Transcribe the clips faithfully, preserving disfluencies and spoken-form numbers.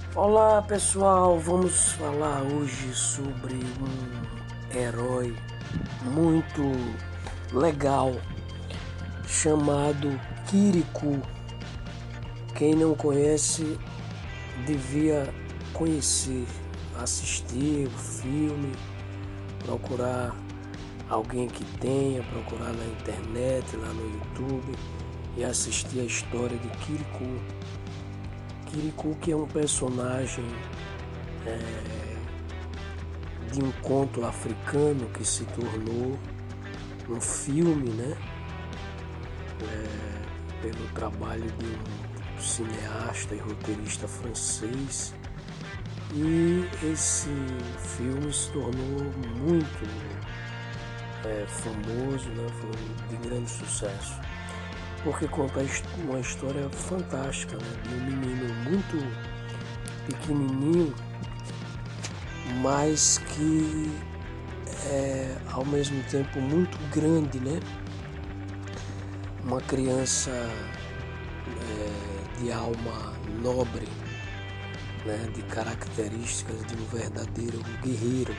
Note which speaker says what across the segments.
Speaker 1: Olá pessoal, vamos falar hoje sobre um herói muito legal chamado Kirikou. Quem não conhece devia conhecer, assistir o filme, procurar alguém que tenha, procurar na internet, lá no YouTube e assistir a história de Kirikou. Kirikou, que é um personagem é, de um conto africano que se tornou um filme, né? É, pelo trabalho de um cineasta e roteirista francês. E esse filme se tornou muito é, famoso, né? Foi de grande sucesso, porque conta uma história fantástica, né? De um menino muito pequenininho, mas que é ao mesmo tempo muito grande, né? Uma criança é, de alma nobre, né? De características de um verdadeiro guerreiro,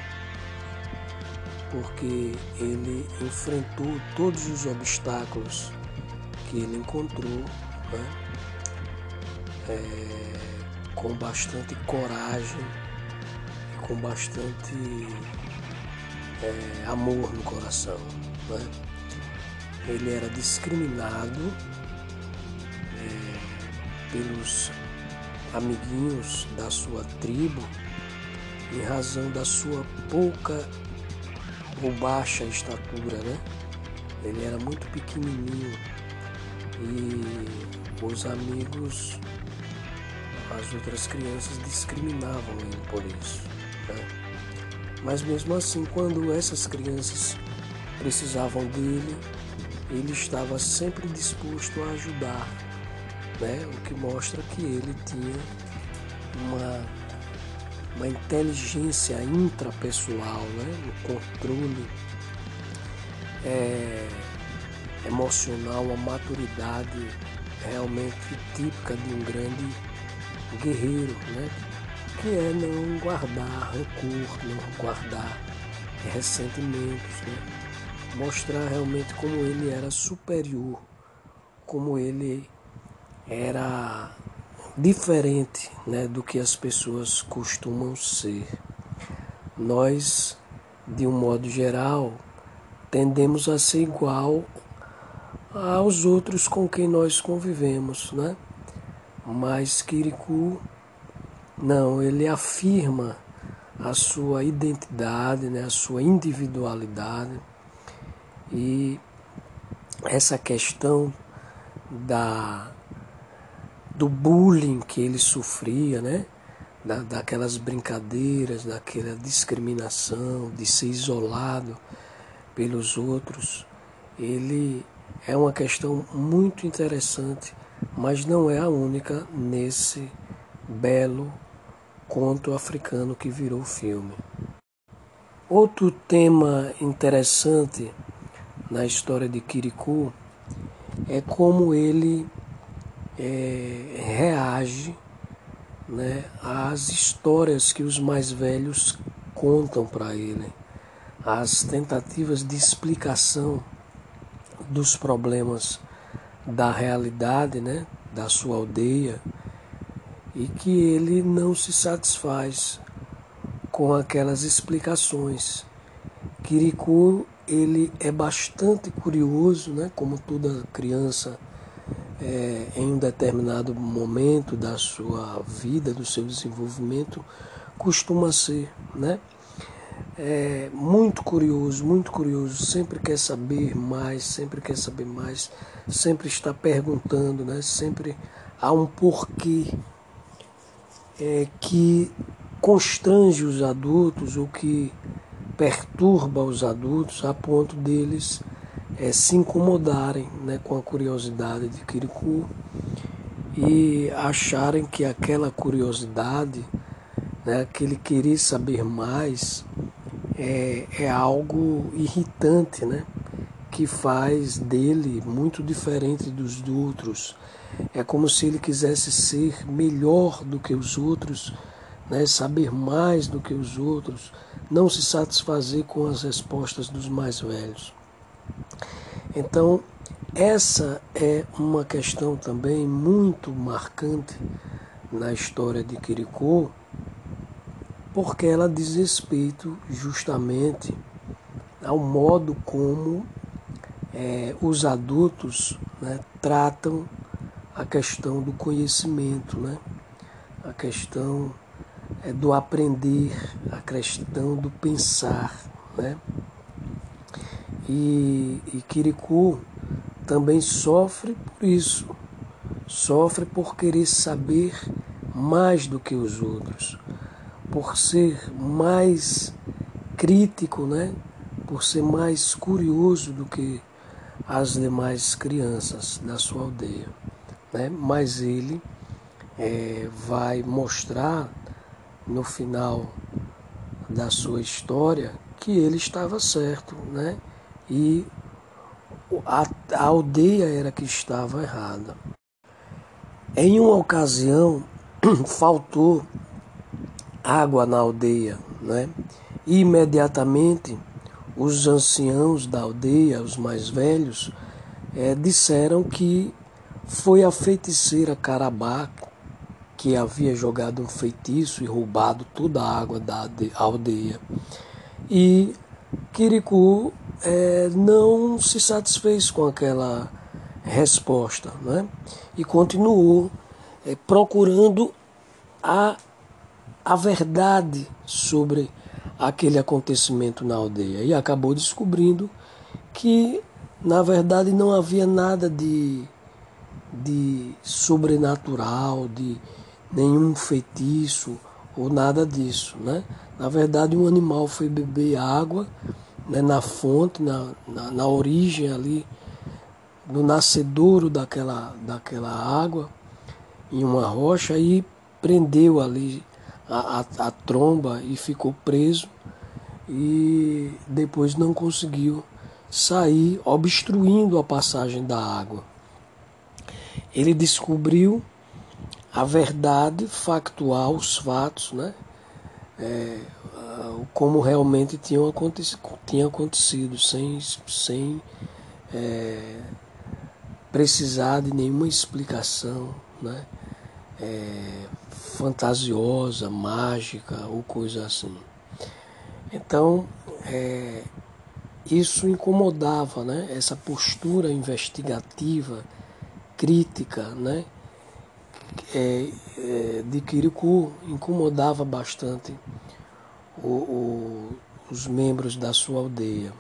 Speaker 1: porque ele enfrentou todos os obstáculos que ele encontrou, né? é, com bastante coragem e com bastante é, amor no coração, né? Ele era discriminado é, pelos amiguinhos da sua tribo em razão da sua pouca ou baixa estatura, né? Ele era muito pequenininho e os amigos, as outras crianças discriminavam ele por isso, né? Mas mesmo assim, quando essas crianças precisavam dele, ele estava sempre disposto a ajudar, né? O que mostra que ele tinha uma, uma inteligência intrapessoal, né? No controle é, emocional, uma maturidade realmente típica de um grande guerreiro, né? Que é não guardar rancor, não guardar ressentimentos, né? Mostrar realmente como ele era superior, como ele era diferente, né, do que as pessoas costumam ser. Nós, de um modo geral, tendemos a ser igual aos outros com quem nós convivemos, né? Mas Kirikou, não, ele afirma a sua identidade, né? A sua individualidade, e essa questão da, do bullying que ele sofria, né? Da, daquelas brincadeiras, daquela discriminação, de ser isolado pelos outros, ele é uma questão muito interessante, mas não é a única nesse belo conto africano que virou filme. Outro tema interessante na história de Kirikou é como ele é, reage, né, às histórias que os mais velhos contam para ele, às tentativas de explicação dos problemas da realidade, né, da sua aldeia, e que ele não se satisfaz com aquelas explicações. Kirikou, ele é bastante curioso, né, como toda criança é, em um determinado momento da sua vida, do seu desenvolvimento, costuma ser, né? É muito curioso, muito curioso, sempre quer saber mais, sempre quer saber mais, sempre está perguntando, né? Sempre há um porquê é, que constrange os adultos ou que perturba os adultos a ponto deles é, se incomodarem, né, com a curiosidade de Kirikou e acharem que aquela curiosidade, né, aquele querer saber mais é, é algo irritante, né, que faz dele muito diferente dos outros. É como se ele quisesse ser melhor do que os outros, né? Saber mais do que os outros, não se satisfazer com as respostas dos mais velhos. Então, essa é uma questão também muito marcante na história de Quiricó, porque ela diz respeito justamente ao modo como é, os adultos, né, tratam a questão do conhecimento, né, a questão é, do aprender, a questão do pensar, né. E, e Quiricó também sofre por isso, sofre por querer saber mais do que os outros, por ser mais crítico, né? Por ser mais curioso do que as demais crianças da sua aldeia, né? Mas ele é, vai mostrar no final da sua história que ele estava certo, né? E a, a aldeia era que estava errada. Em uma ocasião, faltou água na aldeia, né? E imediatamente os anciãos da aldeia, os mais velhos, é, disseram que foi a feiticeira Carabá que havia jogado um feitiço e roubado toda a água da aldeia. E Quiricó é, não se satisfez com aquela resposta, né? E continuou é, procurando a, a verdade sobre aquele acontecimento na aldeia e acabou descobrindo que na verdade não havia nada de, de sobrenatural, de nenhum feitiço ou nada disso, né? Na verdade um animal foi beber água, né, na fonte, na, na, na origem ali, no nascedouro daquela, daquela água, em uma rocha, e prendeu ali a, a, a tromba e ficou preso e depois não conseguiu sair, obstruindo a passagem da água. Ele descobriu a verdade factual, os fatos, né? É, como realmente tinham acontecido, tinha acontecido sem, sem é, precisar de nenhuma explicação, né? É, fantasiosa, mágica ou coisa assim. Então, é, isso incomodava, né? Essa postura investigativa, crítica, né? É, é, de Quiricó incomodava bastante o, o, os membros da sua aldeia.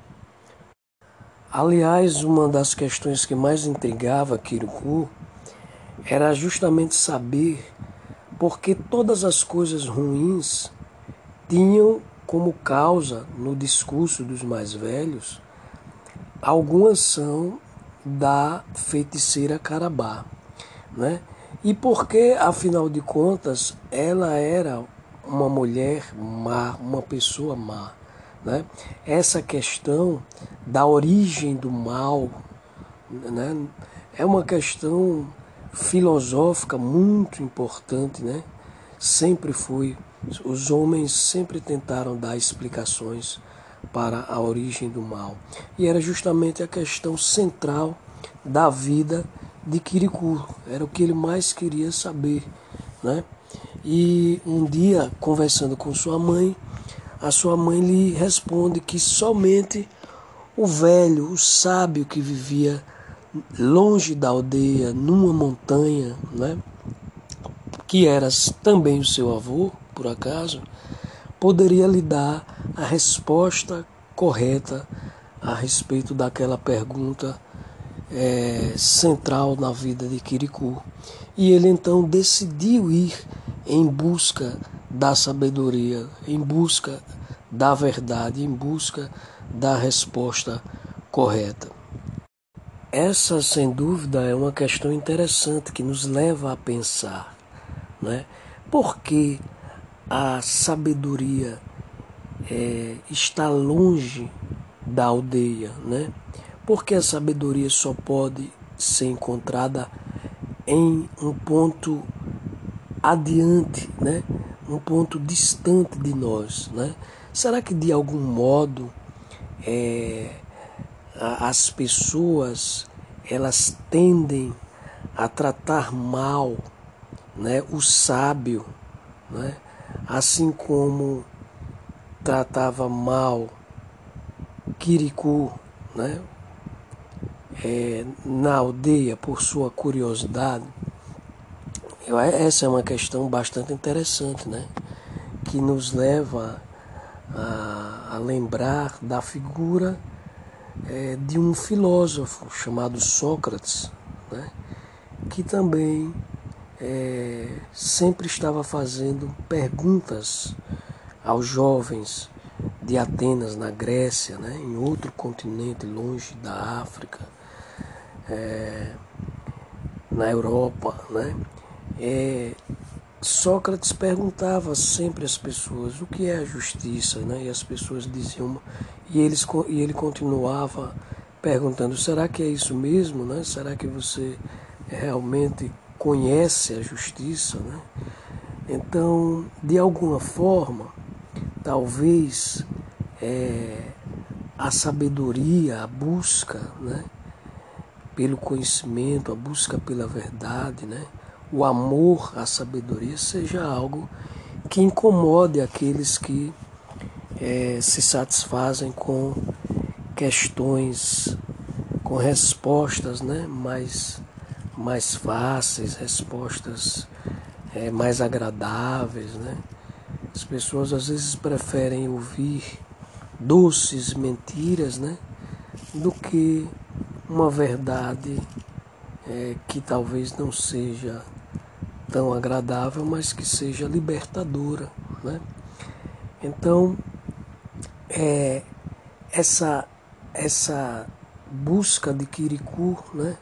Speaker 1: Aliás, uma das questões que mais intrigava Quiricó era justamente saber por que todas as coisas ruins tinham como causa, no discurso dos mais velhos, alguma ação da feiticeira Carabá, né? E porque, afinal de contas, ela era uma mulher má, uma pessoa má, né? Essa questão da origem do mal, né, é uma questão filosófica muito importante, né? Sempre foi. Os homens sempre tentaram dar explicações para a origem do mal. E era justamente a questão central da vida de Quiricó. Era o que ele mais queria saber, né? E um dia, conversando com sua mãe, a sua mãe lhe responde que somente o velho, o sábio que vivia longe da aldeia, numa montanha, né, que era também o seu avô, por acaso, poderia lhe dar a resposta correta a respeito daquela pergunta é, central na vida de Quiricó. E ele então decidiu ir em busca da sabedoria, em busca da verdade, em busca da resposta correta. Essa, sem dúvida, é uma questão interessante que nos leva a pensar, né? Por que a sabedoria é, está longe da aldeia, né? Porque a sabedoria só pode ser encontrada em um ponto adiante, né? Um ponto distante de nós, né? Será que de algum modo é, as pessoas elas tendem a tratar mal, né, o sábio, né? Assim como tratava mal Quiricu, né, é, na aldeia por sua curiosidade? Eu, essa é uma questão bastante interessante, né, que nos leva a, a lembrar da figura é, de um filósofo chamado Sócrates, né, que também é, sempre estava fazendo perguntas aos jovens de Atenas, na Grécia, né, em outro continente longe da África, é, na Europa, né? É, Sócrates perguntava sempre às pessoas o que é a justiça, né? E as pessoas diziam, e, eles, e ele continuava perguntando, será que é isso mesmo, né? Será que você realmente conhece a justiça, né? Então, de alguma forma, talvez é, a sabedoria, a busca, né, pelo conhecimento, a busca pela verdade, né, o amor à sabedoria seja algo que incomode aqueles que é, se satisfazem com questões, com respostas, né, mais, mais fáceis, respostas é, mais agradáveis, né? As pessoas às vezes preferem ouvir doces mentiras, né, do que uma verdade é, que talvez não seja tão agradável, mas que seja libertadora, né? Então, é, essa, essa busca de Quiricu, né,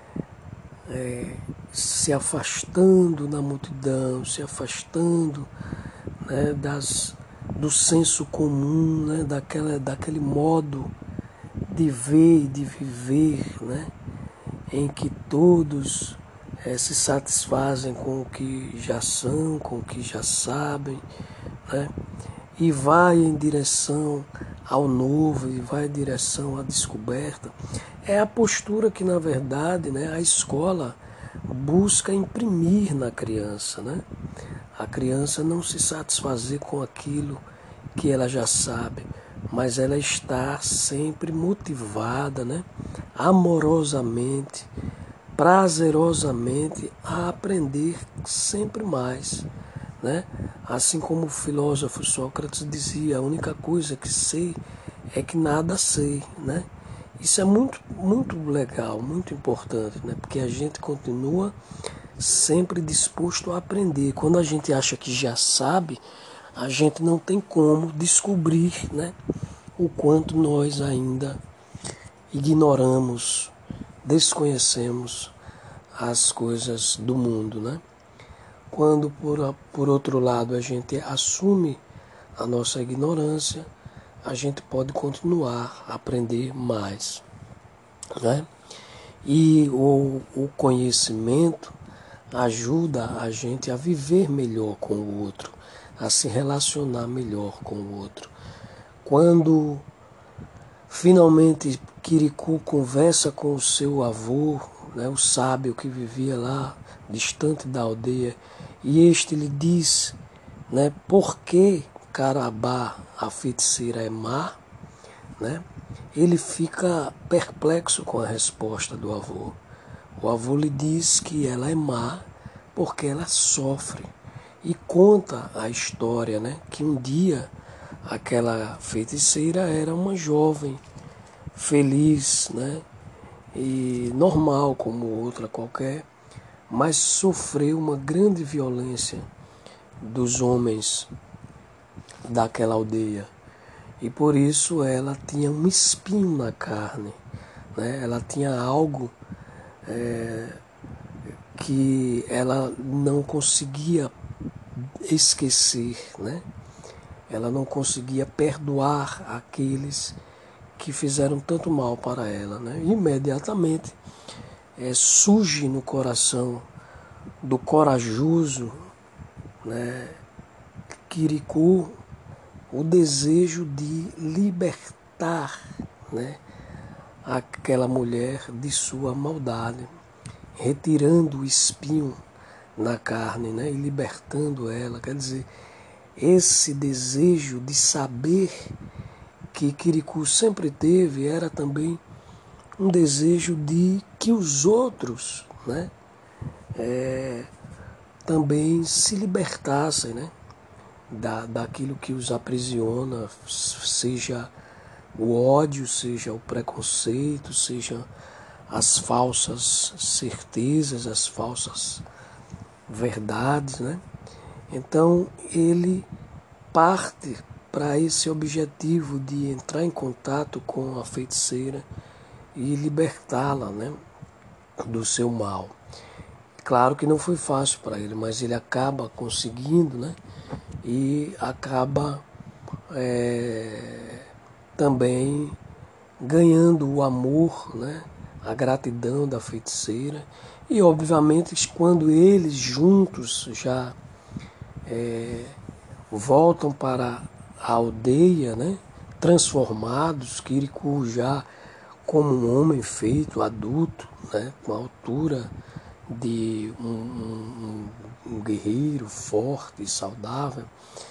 Speaker 1: é, se afastando da multidão, se afastando, né, das, do senso comum, né, daquela, daquele modo de ver e de viver, né, em que todos é, se satisfazem com o que já são, com o que já sabem, né, e vai em direção ao novo, e vai em direção à descoberta. É a postura que, na verdade, né, a escola busca imprimir na criança, né? A criança não se satisfazer com aquilo que ela já sabe, mas ela está sempre motivada, né, amorosamente, prazerosamente a aprender sempre mais, né? Assim como o filósofo Sócrates dizia, a única coisa que sei é que nada sei, né? Isso é muito, muito legal, muito importante, né? Porque a gente continua sempre disposto a aprender. Quando a gente acha que já sabe, a gente não tem como descobrir, né, o quanto nós ainda ignoramos, desconhecemos as coisas do mundo, né? Quando, por, por outro lado, a gente assume a nossa ignorância, a gente pode continuar a aprender mais, né? E o, o conhecimento ajuda a gente a viver melhor com o outro, a se relacionar melhor com o outro. Quando finalmente Quiricu conversa com o seu avô, né, o sábio que vivia lá, distante da aldeia, e este lhe diz, né, por que Carabá, a feiticeira, é má, né? Ele fica perplexo com a resposta do avô. O avô lhe diz que ela é má porque ela sofre e conta a história, né, que um dia aquela feiticeira era uma jovem feliz, né, e normal como outra qualquer, mas sofreu uma grande violência dos homens daquela aldeia e por isso ela tinha um espinho na carne, né, ela tinha algo é, que ela não conseguia esquecer, né? Ela não conseguia perdoar aqueles que fizeram tanto mal para ela, né? Imediatamente é, surge no coração do corajoso, né, Kirikou, o desejo de libertar, né, aquela mulher de sua maldade, retirando o espinho na carne, né, e libertando ela. Quer dizer, esse desejo de saber que Kirikou sempre teve era também um desejo de que os outros, né, é, também se libertassem, né, da, daquilo que os aprisiona, seja o ódio, seja o preconceito, seja as falsas certezas, as falsas verdades, né? Então ele parte para esse objetivo de entrar em contato com a feiticeira e libertá-la, né, do seu mal. Claro que não foi fácil para ele, mas ele acaba conseguindo, né, e acaba é, também ganhando o amor, né, a gratidão da feiticeira. E obviamente quando eles juntos já é, voltam para a aldeia, né, transformados, Kirikou já como um homem feito, adulto, né, com a altura de um, um, um guerreiro forte e saudável.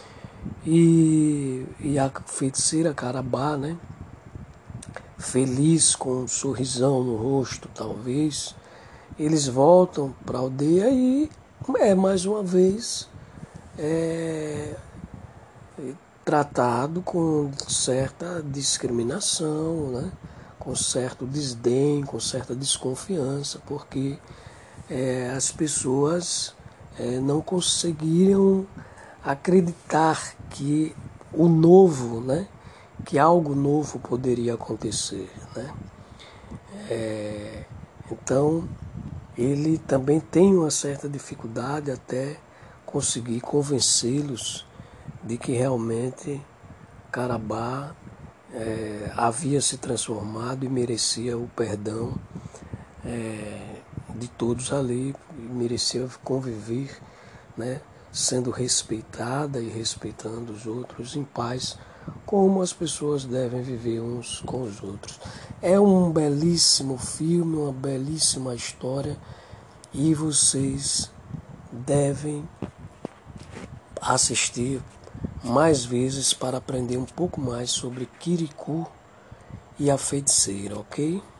Speaker 1: E, e a feiticeira Karabá, né, feliz, com um sorrisão no rosto, talvez, eles voltam para a aldeia e é mais uma vez é, tratado com certa discriminação, né, com certo desdém, com certa desconfiança, porque é, as pessoas é, não conseguiram acreditar que o novo, né, que algo novo poderia acontecer, né? É, então ele também tem uma certa dificuldade até conseguir convencê-los de que realmente Karabá é, havia se transformado e merecia o perdão é, de todos ali, merecia conviver, né, sendo respeitada e respeitando os outros em paz, como as pessoas devem viver uns com os outros. É um belíssimo filme, uma belíssima história, e vocês devem assistir mais vezes para aprender um pouco mais sobre Kirikou e a feiticeira, ok?